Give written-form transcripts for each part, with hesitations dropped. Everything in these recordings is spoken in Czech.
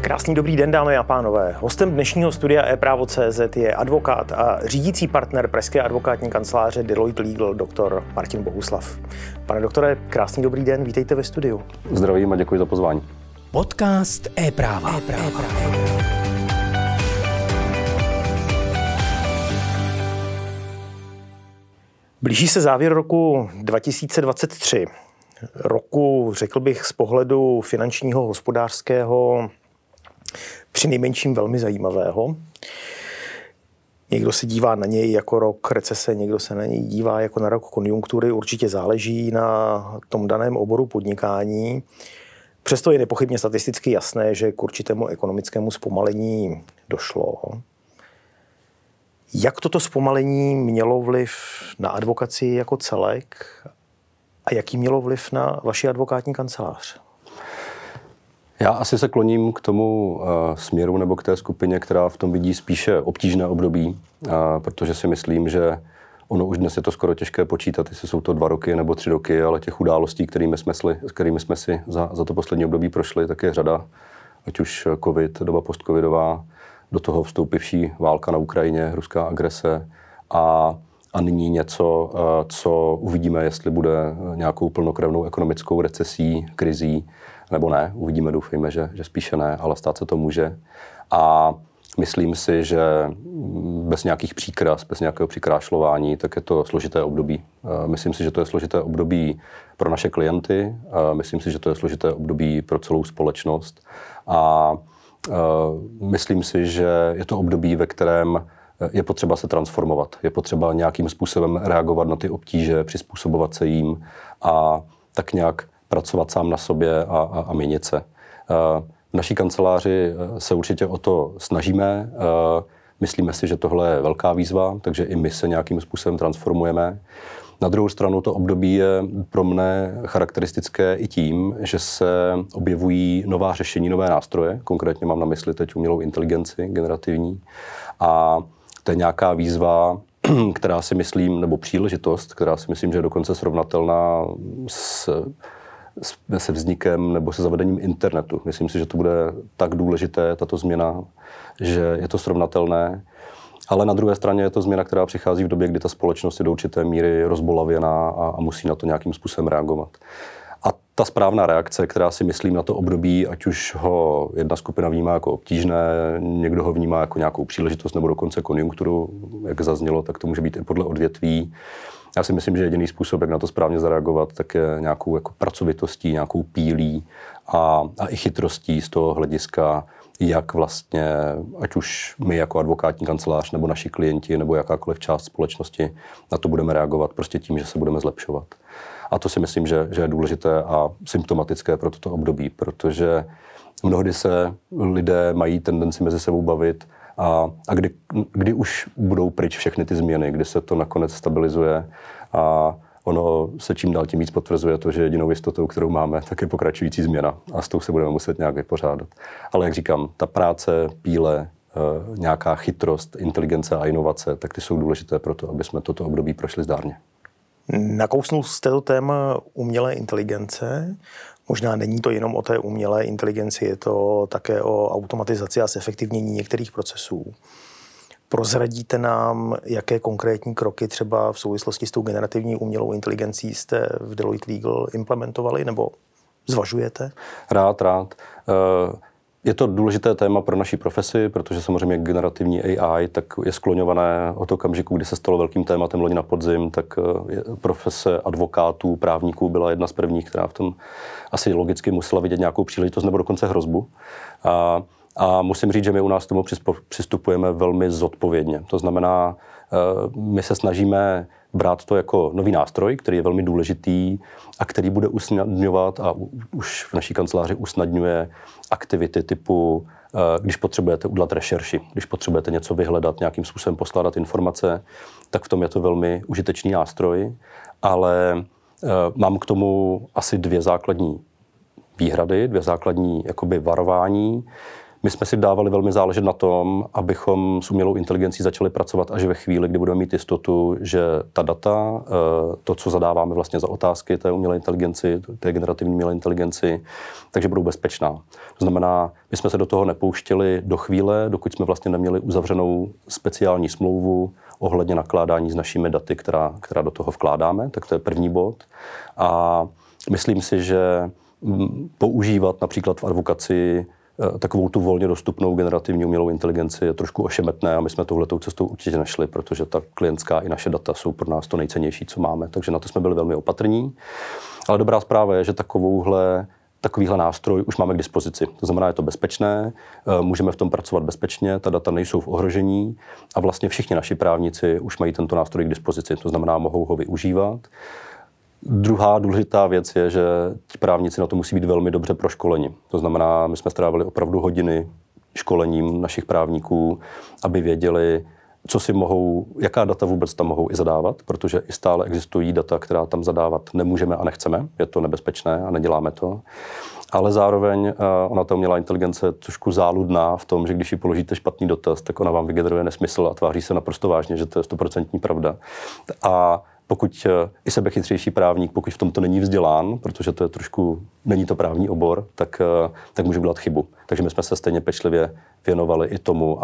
Krásný dobrý den, dámy a pánové. Hostem dnešního studia ePrávo.cz je advokát a řídící partner pražské advokátní kanceláře Deloitte Legal, doktor Martin Bohuslav. Pane doktore, krásný dobrý den, vítejte ve studiu. Zdravím a děkuji za pozvání. Podcast ePráva. Blíží se závěr roku 2023. Roku, řekl bych, z pohledu finančního, hospodářského, přinejmenším velmi zajímavého. Někdo se dívá na něj jako rok recese, někdo se na něj dívá jako na rok konjunktury. Určitě záleží na tom daném oboru podnikání. Přesto je nepochybně statisticky jasné, že k určitému ekonomickému zpomalení došlo. Jak toto zpomalení mělo vliv na advokacii jako celek a jaký mělo vliv na vaši advokátní kancelář? Já asi se kloním k tomu směru nebo k té skupině, která v tom vidí spíše obtížné období, protože si myslím, že ono už dnes je to skoro těžké počítat, jestli jsou to 2 roky nebo 3 roky, ale těch událostí, kterými jsme si za to poslední období prošli, tak je řada, ať už covid, doba postcovidová, do toho vstoupivší válka na Ukrajině, ruská agrese a nyní něco, co uvidíme, jestli bude nějakou plnokrevnou ekonomickou recesí, krizí, nebo ne. Uvidíme, doufejme, že spíše ne, ale stát se to může. A myslím si, že bez nějakých příkras, bez nějakého přikrášlování, tak je to složité období. Myslím si, že to je složité období pro naše klienty, myslím si, že to je složité období pro celou společnost a myslím si, že je to období, ve kterém je potřeba se transformovat, je potřeba nějakým způsobem reagovat na ty obtíže, přizpůsobovat se jim a tak nějak pracovat sám na sobě a měnit se. V naší kanceláři se určitě o to snažíme. Myslíme si, že tohle je velká výzva, takže i my se nějakým způsobem transformujeme. Na druhou stranu to období je pro mne charakteristické i tím, že se objevují nová řešení, nové nástroje. Konkrétně mám na mysli teď umělou inteligenci, generativní. A to je nějaká výzva, která si myslím, nebo příležitost, která si myslím, že je dokonce srovnatelná se vznikem nebo se zavedením internetu. Myslím si, že to bude tak důležité, tato změna, že je to srovnatelné. Ale na druhé straně je to změna, která přichází v době, kdy ta společnost je do určité míry rozbolavěná a musí na to nějakým způsobem reagovat. A ta správná reakce, která si myslím na to období, ať už ho jedna skupina vnímá jako obtížné, někdo ho vnímá jako nějakou příležitost nebo dokonce konjunkturu, jak zaznělo, tak to může být i podle odvětví. Já si myslím, že jediný způsob, jak na to správně zareagovat, tak je nějakou jako pracovitostí, nějakou pílí a i chytrostí z toho hlediska, jak vlastně, ať už my jako advokátní kancelář, nebo naši klienti, nebo jakákoliv část společnosti, na to budeme reagovat prostě tím, že se budeme zlepšovat. A to si myslím, že je důležité a symptomatické pro toto období, protože mnohdy se lidé mají tendenci mezi sebou bavit a kdy už budou pryč všechny ty změny, kdy se to nakonec stabilizuje a ono se čím dál tím víc potvrzuje to, že jedinou jistotou, kterou máme, tak je pokračující změna a s tou se budeme muset nějak vypořádat. Ale jak říkám, ta práce, píle, nějaká chytrost, inteligence a inovace, tak ty jsou důležité pro to, aby jsme toto období prošli zdárně. Nakousnul jste to téma umělé inteligence. Možná není to jenom o té umělé inteligenci, je to také o automatizaci a zefektivnění některých procesů. Prozradíte nám, jaké konkrétní kroky třeba v souvislosti s tou generativní umělou inteligencí jste v Deloitte Legal implementovali nebo zvažujete? Rád. Je to důležité téma pro naši profesi, protože samozřejmě generativní AI tak je skloňované od okamžiku, kdy se stalo velkým tématem loni na podzim, tak profese advokátů, právníků byla jedna z prvních, která v tom asi logicky musela vidět nějakou příležitost nebo dokonce hrozbu. A musím říct, že my u nás k tomu přistupujeme velmi zodpovědně. To znamená, my se snažíme brát to jako nový nástroj, který je velmi důležitý a který bude usnadňovat a už v naší kanceláři usnadňuje aktivity typu, když potřebujete udělat rešerši, když potřebujete něco vyhledat, nějakým způsobem poskládat informace, tak v tom je to velmi užitečný nástroj, ale mám k tomu asi 2 základní výhrady, 2 základní jakoby varování. My jsme si dávali velmi záležet na tom, abychom s umělou inteligencí začali pracovat až ve chvíli, kdy budeme mít jistotu, že ta data, to, co zadáváme vlastně za otázky té umělé inteligenci, té generativní umělé inteligenci, takže budou bezpečná. To znamená, my jsme se do toho nepouštěli do chvíle, dokud jsme vlastně neměli uzavřenou speciální smlouvu ohledně nakládání s našimi daty, která do toho vkládáme, tak to je první bod. A myslím si, že používat například v advokaci takovou tu volně dostupnou generativní umělou inteligenci je trošku ošemetné a my jsme touhletou cestou určitě nešli, protože ta klientská i naše data jsou pro nás to nejcennější, co máme, takže na to jsme byli velmi opatrní. Ale dobrá zpráva je, že takovýhle nástroj už máme k dispozici. To znamená, je to bezpečné, můžeme v tom pracovat bezpečně, ta data nejsou v ohrožení a vlastně všichni naši právníci už mají tento nástroj k dispozici, to znamená, mohou ho využívat. Druhá důležitá věc je, že ti právníci na to musí být velmi dobře proškoleni. To znamená, my jsme strávili opravdu hodiny školením našich právníků, aby věděli, co si mohou, jaká data vůbec tam mohou i zadávat, protože i stále existují data, která tam zadávat nemůžeme a nechceme. Je to nebezpečné a neděláme to. Ale zároveň ona ta umělá inteligence je trošku záludná v tom, že když ji položíte špatný dotaz, tak ona vám vygeneruje nesmysl a tváří se naprosto vážně, že to je 100% pravda. A pokud i sebechytřejší právník, pokud v tomto není vzdělán, protože to je trošku, není to právní obor, tak může udělat chybu. Takže my jsme se stejně pečlivě věnovali i tomu,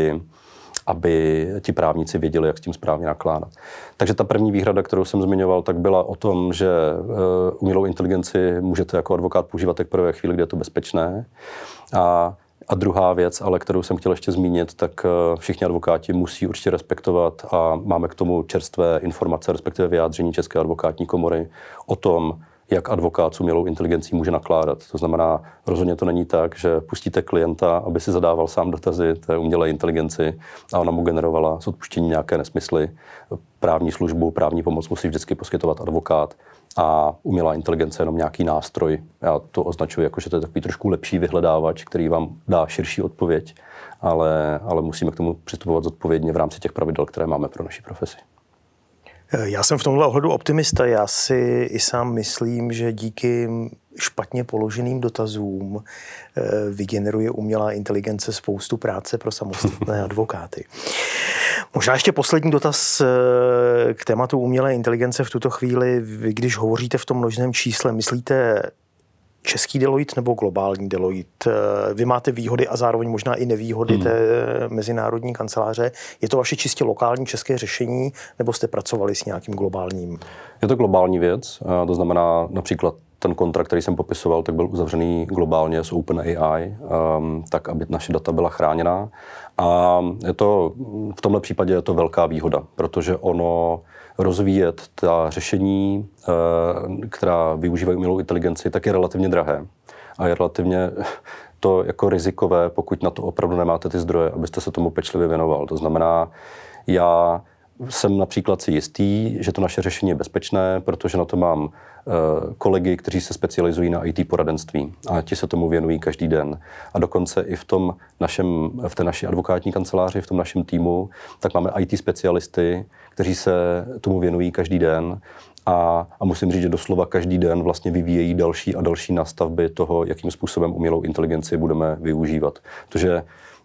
aby ti právníci věděli, jak s tím správně nakládat. Takže ta první výhrada, kterou jsem zmiňoval, tak byla o tom, že umělou inteligenci můžete jako advokát používat teprve v chvíli, kdy je to bezpečné. A druhá věc, ale kterou jsem chtěl ještě zmínit, tak všichni advokáti musí určitě respektovat a máme k tomu čerstvé informace, respektive vyjádření České advokátní komory o tom, jak advokát s umělou inteligencí může nakládat. To znamená, rozhodně to není tak, že pustíte klienta, aby si zadával sám dotazy té umělé inteligenci a ona mu generovala s odpuštěním nějaké nesmysly. Právní službu, právní pomoc musí vždycky poskytovat advokát a umělá inteligence je jenom nějaký nástroj. Já to označuji jako, že to je takový trošku lepší vyhledávač, který vám dá širší odpověď, ale musíme k tomu přistupovat zodpovědně v rámci těch pravidel, které máme pro naši profesi. Já jsem v tomhle ohledu optimista. Já si i sám myslím, že díky špatně položeným dotazům vygeneruje umělá inteligence spoustu práce pro samostatné advokáty. Možná ještě poslední dotaz k tématu umělé inteligence v tuto chvíli. Vy, když hovoříte v tom množném čísle, myslíte český Deloitte nebo globální Deloitte? Vy máte výhody a zároveň možná i nevýhody té mezinárodní kanceláře. Je to vaše čistě lokální české řešení, nebo jste pracovali s nějakým globálním? Je to globální věc, to znamená například ten kontrakt, který jsem popisoval, tak byl uzavřený globálně s OpenAI, tak aby naše data byla chráněná. A v tomhle případě je to velká výhoda, protože ono rozvíjet ta řešení, která využívají umělou inteligenci, tak je relativně drahé. A je relativně to jako rizikové, pokud na to opravdu nemáte ty zdroje, abyste se tomu pečlivě věnoval. To znamená, já jsem například si jistý, že to naše řešení je bezpečné, protože na to mám kolegy, kteří se specializují na IT poradenství a ti se tomu věnují každý den. A dokonce i v té naší advokátní kanceláři, v tom našem týmu, tak máme IT specialisty, kteří se tomu věnují každý den a musím říct, že doslova každý den vlastně vyvíjejí další a další nastavby toho, jakým způsobem umělou inteligenci budeme využívat. Protože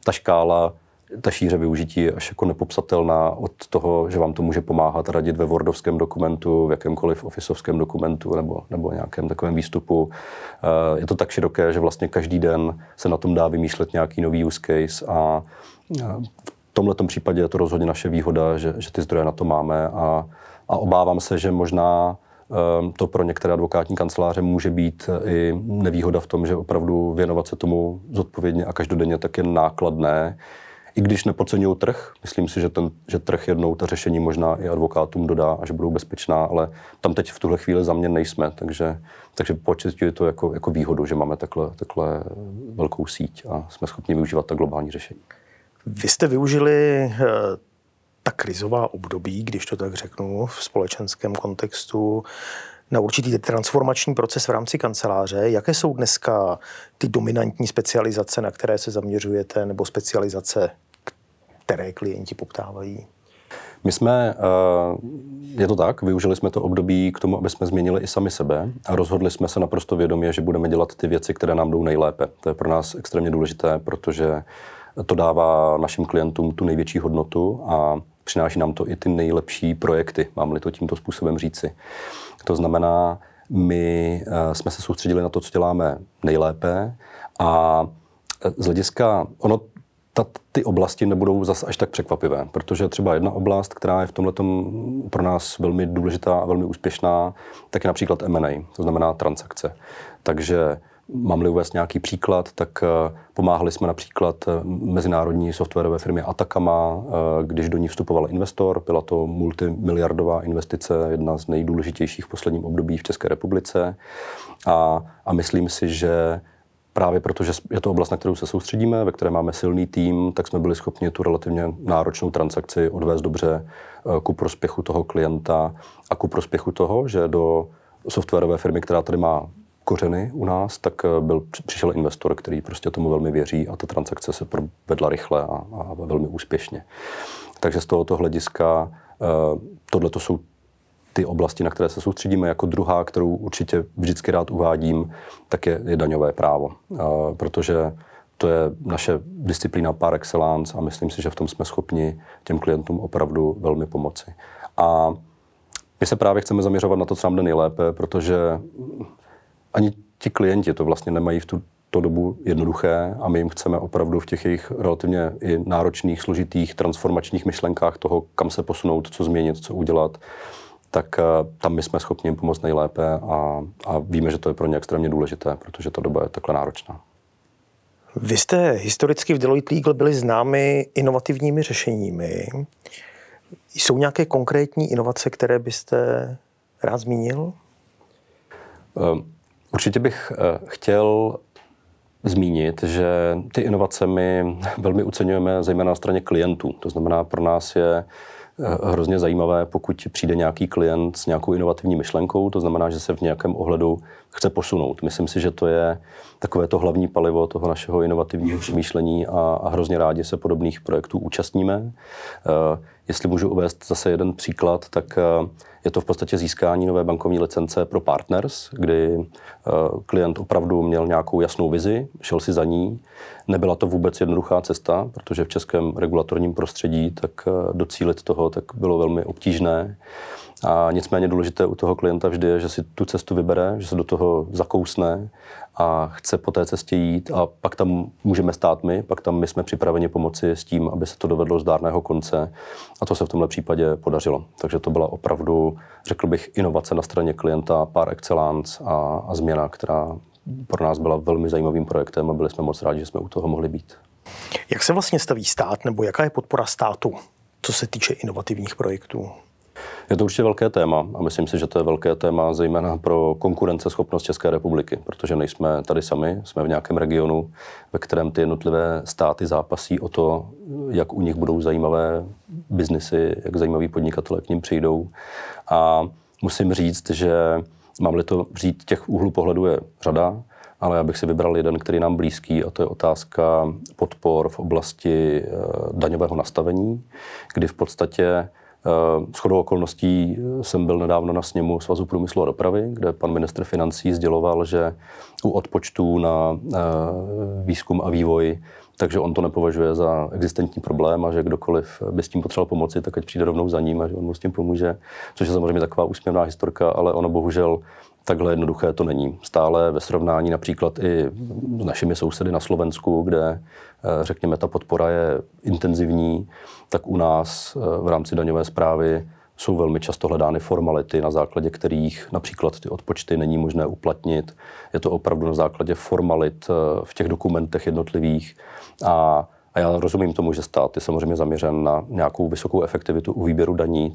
ta šíře využití je až jako nepopsatelná od toho, že vám to může pomáhat radit ve wordovském dokumentu, v jakémkoliv officeovském dokumentu nebo nějakém takovém výstupu. Je to tak široké, že vlastně každý den se na tom dá vymýšlet nějaký nový use case a v tomhletom případě je to rozhodně naše výhoda, že ty zdroje na to máme a obávám se, že možná to pro některé advokátní kanceláře může být i nevýhoda v tom, že opravdu věnovat se tomu zodpovědně a každodenně tak je nákladné. I když nepodceňují trh, myslím si, že trh jednou ta řešení možná i advokátům dodá a že budou bezpečná, ale tam teď v tuhle chvíli za mě nejsme, takže počítají to jako výhodu, že máme takhle velkou síť a jsme schopni využívat ta globální řešení. Vy jste využili ta krizová období, když to tak řeknu, v společenském kontextu, na určitý transformační proces v rámci kanceláře. Jaké jsou dneska ty dominantní specializace, na které se zaměřujete, nebo specializace, které klienti poptávají? My jsme, je to tak, využili jsme to období k tomu, aby jsme změnili i sami sebe a rozhodli jsme se naprosto vědomě, že budeme dělat ty věci, které nám jdou nejlépe. To je pro nás extrémně důležité, protože to dává našim klientům tu největší hodnotu a přináší nám to i ty nejlepší projekty, mám-li to tímto způsobem říci. To znamená, my jsme se soustředili na to, co děláme nejlépe a z hlediska, ty oblasti nebudou zas až tak překvapivé, protože třeba jedna oblast, která je v tomhletom pro nás velmi důležitá a velmi úspěšná, tak je například M&A, to znamená transakce. Takže mám-li uvést nějaký příklad, tak pomáhali jsme například mezinárodní softwarové firmě Atacama, když do ní vstupoval investor, byla to multimiliardová investice, jedna z nejdůležitějších v posledním období v České republice a myslím si, že právě protože je to oblast, na kterou se soustředíme, ve které máme silný tým, tak jsme byli schopni tu relativně náročnou transakci odvést dobře ku prospěchu toho klienta a ku prospěchu toho, že do softwarové firmy, která tady má kořeny u nás, tak přišel investor, který prostě tomu velmi věří a ta transakce se provedla rychle a velmi úspěšně. Takže z tohoto hlediska tohleto jsou ty oblasti, na které se soustředíme. Jako druhá, kterou určitě vždycky rád uvádím, tak je daňové právo. Protože to je naše disciplína par excellence a myslím si, že v tom jsme schopni těm klientům opravdu velmi pomoci. A my se právě chceme zaměřovat na to, co nám jde nejlépe, protože ani ti klienti to vlastně nemají v tuto dobu jednoduché a my jim chceme opravdu v těch jejich relativně i náročných, složitých, transformačních myšlenkách toho, kam se posunout, co změnit, co udělat, tak tam my jsme schopni jim pomoct nejlépe a víme, že to je pro ně extrémně důležité, protože ta doba je takhle náročná. Vy jste historicky v Deloitte Legal byli známi inovativními řešeními. Jsou nějaké konkrétní inovace, které byste rád zmínil? Určitě bych chtěl zmínit, že ty inovace my velmi oceňujeme zejména na straně klientů. To znamená, pro nás je hrozně zajímavé, pokud přijde nějaký klient s nějakou inovativní myšlenkou, to znamená, že se v nějakém ohledu chce posunout. Myslím si, že to je takové to hlavní palivo toho našeho inovativního přemýšlení a hrozně rádi se podobných projektů účastníme. Jestli můžu uvést zase jeden příklad, tak je to v podstatě získání nové bankovní licence pro partners, kdy klient opravdu měl nějakou jasnou vizi, šel si za ní. Nebyla to vůbec jednoduchá cesta, protože v českém regulatorním prostředí tak docílit toho tak bylo velmi obtížné. A nicméně důležité u toho klienta vždy je, že si tu cestu vybere, že se do toho zakousne a chce po té cestě jít a pak tam můžeme stát my, pak tam my jsme připraveni pomoci s tím, aby se to dovedlo z zdárného konce a to se v tomhle případě podařilo. Takže to byla opravdu, řekl bych, inovace na straně klienta par excellence a změna, která pro nás byla velmi zajímavým projektem a byli jsme moc rádi, že jsme u toho mohli být. Jak se vlastně staví stát nebo jaká je podpora státu, co se týče inovativních projektů? Je to určitě velké téma a myslím si, že to je velké téma zejména pro konkurenceschopnost České republiky, protože nejsme tady sami, jsme v nějakém regionu, ve kterém ty jednotlivé státy zápasí o to, jak u nich budou zajímavé biznisy, jak zajímaví podnikatelé k nim přijdou. A musím říct, že mám-li to říct, těch úhlů pohledu je řada, ale já bych si vybral jeden, který je nám blízký, a to je otázka podpor v oblasti daňového nastavení, kdy v podstatě shodou okolností jsem byl nedávno na sněmu Svazu průmyslu a dopravy, kde pan ministr financí sděloval, že u odpočtů na výzkum a vývoj, takže on to nepovažuje za existentní problém a že kdokoliv by s tím potřeboval pomoci, tak ať přijde rovnou za ním a že on mu s tím pomůže, což je samozřejmě taková úsměvná historka, ale ono bohužel takhle jednoduché to není. Stále ve srovnání například i s našimi sousedy na Slovensku, kde řekněme ta podpora je intenzivní, tak u nás v rámci daňové správy jsou velmi často hledány formality, na základě kterých například ty odpočty není možné uplatnit. Je to opravdu na základě formalit v těch dokumentech jednotlivých. A já rozumím tomu, že stát je samozřejmě zaměřen na nějakou vysokou efektivitu u výběru daní,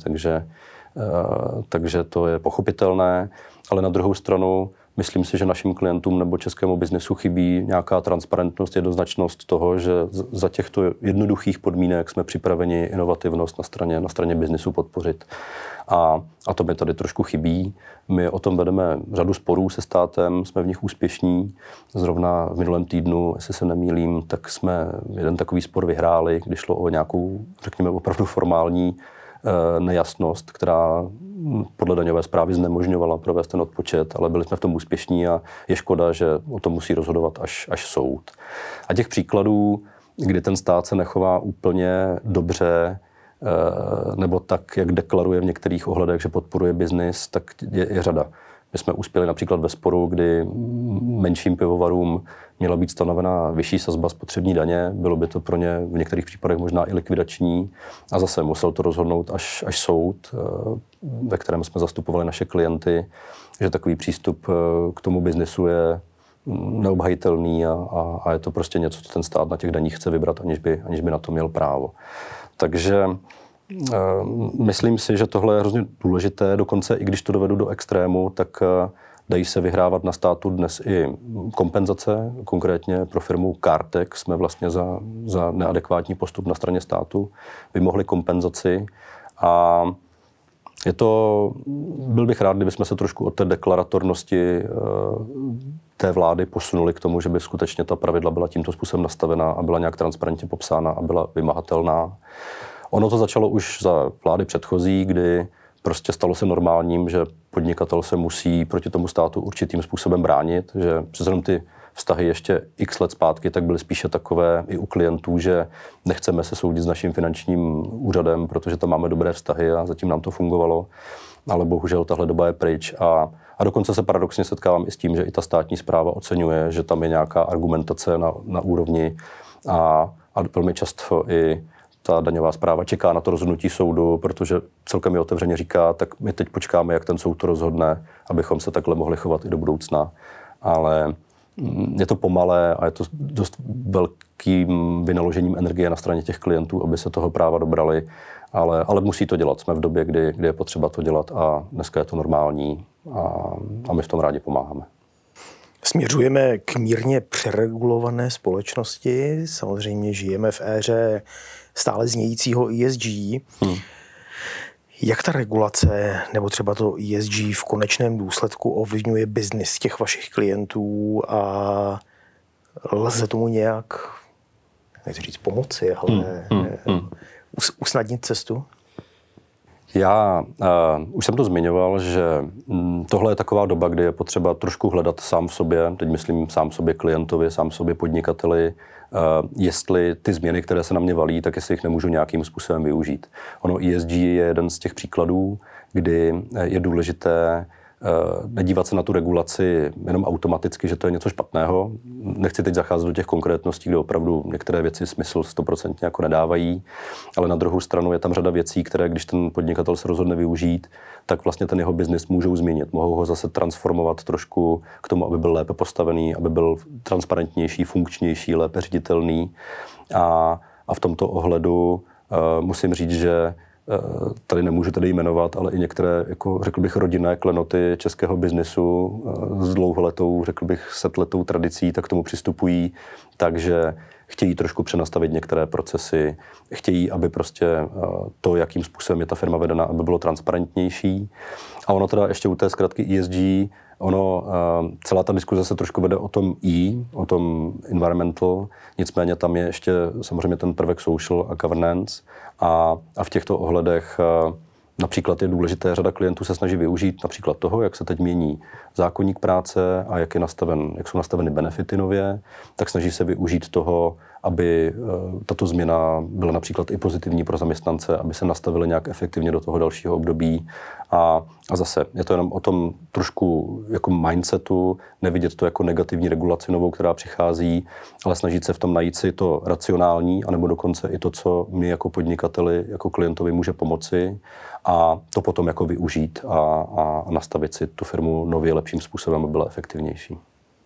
takže to je pochopitelné, ale na druhou stranu myslím si, že našim klientům nebo českému biznesu chybí nějaká transparentnost, jednoznačnost toho, že za těchto jednoduchých podmínek jsme připraveni inovativnost na straně biznesu podpořit. A to mi tady trošku chybí. My o tom vedeme řadu sporů se státem, jsme v nich úspěšní. Zrovna v minulém týdnu, jestli se nemýlím, tak jsme jeden takový spor vyhráli, když šlo o nějakou, řekněme, opravdu formální nejasnost, která podle daňové správy znemožňovala provést ten odpočet, ale byli jsme v tom úspěšní a je škoda, že o tom musí rozhodovat až soud. A těch příkladů, kdy ten stát se nechová úplně dobře, nebo tak, jak deklaruje v některých ohledech, že podporuje biznis, tak je řada. My jsme uspěli například ve sporu, kdy menším pivovarům měla být stanovena vyšší sazba spotřební daně, bylo by to pro ně v některých případech možná i likvidační a zase musel to rozhodnout až soud, ve kterém jsme zastupovali naše klienty, že takový přístup k tomu biznisu je neobhajitelný a je to prostě něco, co ten stát na těch daních chce vybrat, aniž by na to měl právo. Takže myslím si, že tohle je hrozně důležité, dokonce i když to dovedu do extrému, tak dají se vyhrávat na státu dnes i kompenzace, konkrétně pro firmu Cartex jsme vlastně za neadekvátní postup na straně státu vymohli kompenzaci a byl bych rád, kdybychom se trošku od té deklaratornosti té vlády posunuli k tomu, že by skutečně ta pravidla byla tímto způsobem nastavená a byla nějak transparentně popsána a byla vymahatelná. Ono to začalo už za vlády předchozí, kdy prostě stalo se normálním, že podnikatel se musí proti tomu státu určitým způsobem bránit, že přesně ty vztahy ještě x let zpátky tak byly spíše takové i u klientů, že nechceme se soudit s naším finančním úřadem, protože tam máme dobré vztahy a zatím nám to fungovalo, ale bohužel tahle doba je pryč a dokonce se paradoxně setkávám i s tím, že i ta státní správa oceňuje, že tam je nějaká argumentace na úrovni a velmi často i ta daňová správa čeká na to rozhodnutí soudu, protože celkem je otevřeně říká, tak my teď počkáme, jak ten soud to rozhodne, abychom se takhle mohli chovat i do budoucna. Ale je to pomalé a je to dost velkým vynaložením energie na straně těch klientů, aby se toho práva dobrali, ale musí to dělat. Jsme v době, kdy je potřeba to dělat a dneska je to normální a my v tom rádi pomáháme. Směřujeme k mírně přeregulované společnosti. Samozřejmě žijeme v éře stále znějícího ESG. Jak ta regulace nebo třeba to ESG v konečném důsledku ovlivňuje biznis těch vašich klientů a lze tomu nějak, nechci říct pomoci, ale usnadnit cestu? Já už jsem to zmiňoval, že tohle je taková doba, kdy je potřeba trošku hledat sám v sobě, teď myslím sám sobě klientovi, sám sobě podnikateli, jestli ty změny, které se na mě valí, tak jestli jich nemůžu nějakým způsobem využít. Ono ESG je jeden z těch příkladů, kdy je důležité nedívat se na tu regulaci jenom automaticky, že to je něco špatného. Nechci teď zacházet do těch konkrétností, kde opravdu některé věci smysl 100% jako nedávají, ale na druhou stranu je tam řada věcí, které, když ten podnikatel se rozhodne využít, tak vlastně ten jeho biznis můžou změnit. Mohou ho zase transformovat trošku k tomu, aby byl lépe postavený, aby byl transparentnější, funkčnější, lépe ředitelný. A v tomto ohledu musím říct, že tady nemůžu tedy jmenovat, ale i některé, jako řekl bych, rodinné klenoty českého biznesu s dlouholetou, řekl bych, setletou tradicí, tak k tomu přistupují, takže chtějí trošku přenastavit některé procesy, chtějí, aby prostě to, jakým způsobem je ta firma vedena, aby bylo transparentnější. A ono teda ještě u té zkratky ESG, celá ta diskuze se trošku vede o tom environmental, nicméně tam je ještě samozřejmě ten prvek social a governance a v těchto ohledech například je důležité, řada klientů se snaží využít například toho, jak se teď mění zákoník práce a jak jsou nastaveny benefity nově, tak snaží se využít toho, aby tato změna byla například i pozitivní pro zaměstnance, aby se nastavili nějak efektivně do toho dalšího období. A zase je to jenom o tom trošku jako mindsetu, nevidět to jako negativní regulaci novou, která přichází, ale snažit se v tom najít si to racionální, anebo dokonce i to, co my jako podnikateli, jako klientovi může pomoci a to potom jako využít a nastavit si tu firmu nově lepším způsobem, aby byla efektivnější.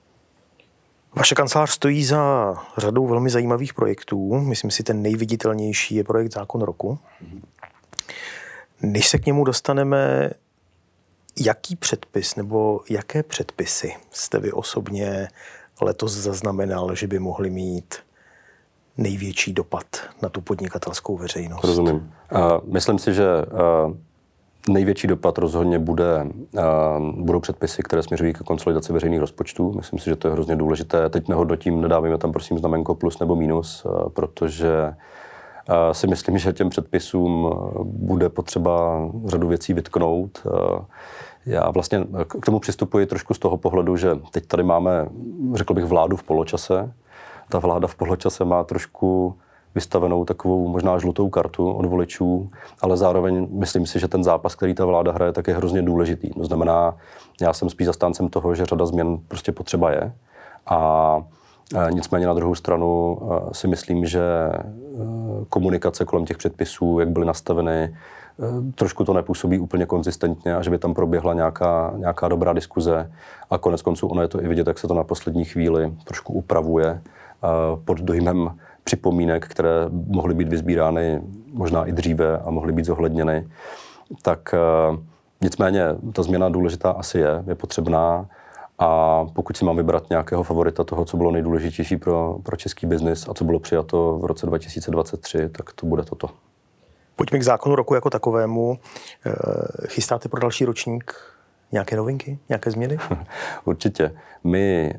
Vaše kancelář stojí za řadou velmi zajímavých projektů. Myslím si, ten nejviditelnější je projekt Zákon roku. Než se k němu dostaneme, jaký předpis nebo jaké předpisy jste vy osobně letos zaznamenal, že by mohly mít největší dopad na tu podnikatelskou veřejnost? Rozumím. Myslím si, že největší dopad rozhodně budou předpisy, které směřují ke konsolidaci veřejných rozpočtů. Myslím si, že to je hrozně důležité. Teď nehodnotím, nedávíme tam prosím znamenko plus nebo minus, protože si myslím, že těm předpisům bude potřeba řadu věcí vytknout. Já vlastně k tomu přistupuji trošku z toho pohledu, že teď tady máme, řekl bych, vládu v poločase. Ta vláda v poločase má trošku vystavenou takovou možná žlutou kartu od voličů, ale zároveň myslím si, že ten zápas, který ta vláda hraje, tak je hrozně důležitý. To znamená, já jsem spíš zastáncem toho, že řada změn prostě potřeba je. A nicméně na druhou stranu si myslím, že komunikace kolem těch předpisů, jak byly nastaveny, trošku to nepůsobí úplně konzistentně a že by tam proběhla nějaká dobrá diskuze. A konec konců ono je to i vidět, jak se to na poslední chvíli trošku upravuje pod dojmem připomínek, které mohly být vysbírány možná i dříve a mohly být zohledněny. Tak nicméně ta změna důležitá asi je potřebná. A pokud si mám vybrat nějakého favorita toho, co bylo nejdůležitější pro český biznis a co bylo přijato v roce 2023, tak to bude toto. Pojďme k zákonu roku jako takovému. Chystáte pro další ročník nějaké novinky, nějaké změny? Určitě. My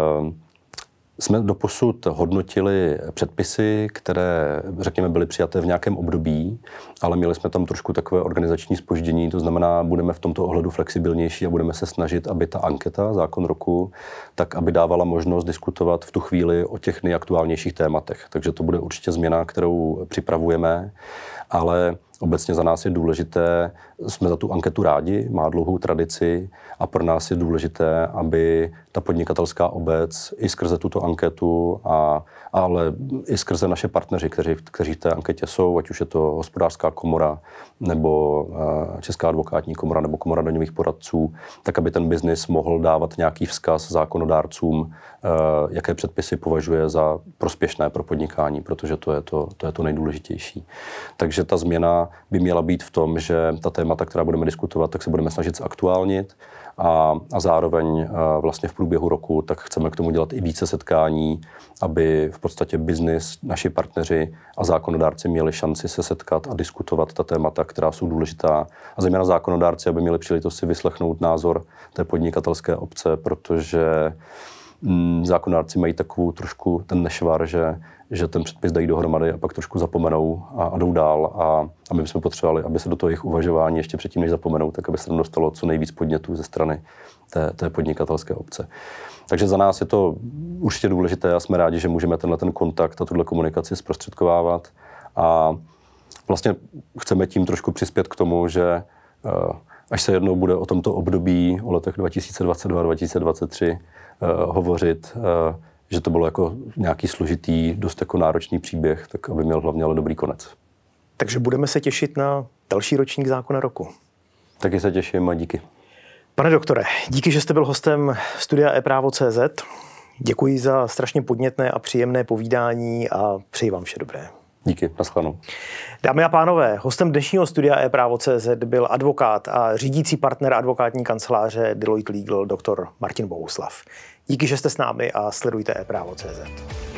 jsme doposud hodnotili předpisy, které, řekněme, byly přijaté v nějakém období, ale měli jsme tam trošku takové organizační zpoždění, to znamená, budeme v tomto ohledu flexibilnější a budeme se snažit, aby ta anketa, zákon roku, tak aby dávala možnost diskutovat v tu chvíli o těch nejaktuálnějších tématech. Takže to bude určitě změna, kterou připravujeme, ale obecně za nás je důležité, jsme za tu anketu rádi, má dlouhou tradici a pro nás je důležité, aby ta podnikatelská obec i skrze tuto anketu, ale i skrze naše partneři, kteří v té anketě jsou, ať už je to Hospodářská komora nebo Česká advokátní komora nebo Komora daňových poradců, tak aby ten biznis mohl dávat nějaký vzkaz zákonodárcům, jaké předpisy považuje za prospěšné pro podnikání, protože to je to nejdůležitější. Takže ta změna by měla být v tom, že ta témata, která budeme diskutovat, tak se budeme snažit zaktuálnit a zároveň vlastně v průběhu roku tak chceme k tomu dělat i více setkání, aby v podstatě biznis, naši partneři a zákonodárci měli šanci se setkat a diskutovat ta témata, která jsou důležitá. A zejména zákonodárci, aby měli příležitost si vyslechnout názor té podnikatelské obce, protože zákonodárci mají takovou trošku ten nešvar, že ten předpis dají dohromady a pak trošku zapomenou a jdou dál. A my bychom potřebovali, aby se do toho jejich uvažování ještě předtím, než zapomenou, tak aby se tam dostalo co nejvíc podnětů ze strany té podnikatelské obce. Takže za nás je to určitě důležité a jsme rádi, že můžeme ten kontakt a tuhle komunikaci zprostředkovávat. A vlastně chceme tím trošku přispět k tomu, že až se jednou bude o tomto období, o letech 2022-2023 hovořit, že to bylo jako nějaký složitý, dost jako náročný příběh, tak aby měl hlavně ale dobrý konec. Takže budeme se těšit na další ročník zákona roku. Taky se těším a díky. Pane doktore, díky, že jste byl hostem studia ePrávo.cz. Děkuji za strašně podnětné a příjemné povídání a přeji vám vše dobré. Díky, nashledanou. Dámy a pánové, hostem dnešního studia ePrávo.cz byl advokát a řídící partner advokátní kanceláře Deloitte Legal dr. Martin Bohuslav. Díky, že jste s námi a sledujte ePrávo.cz.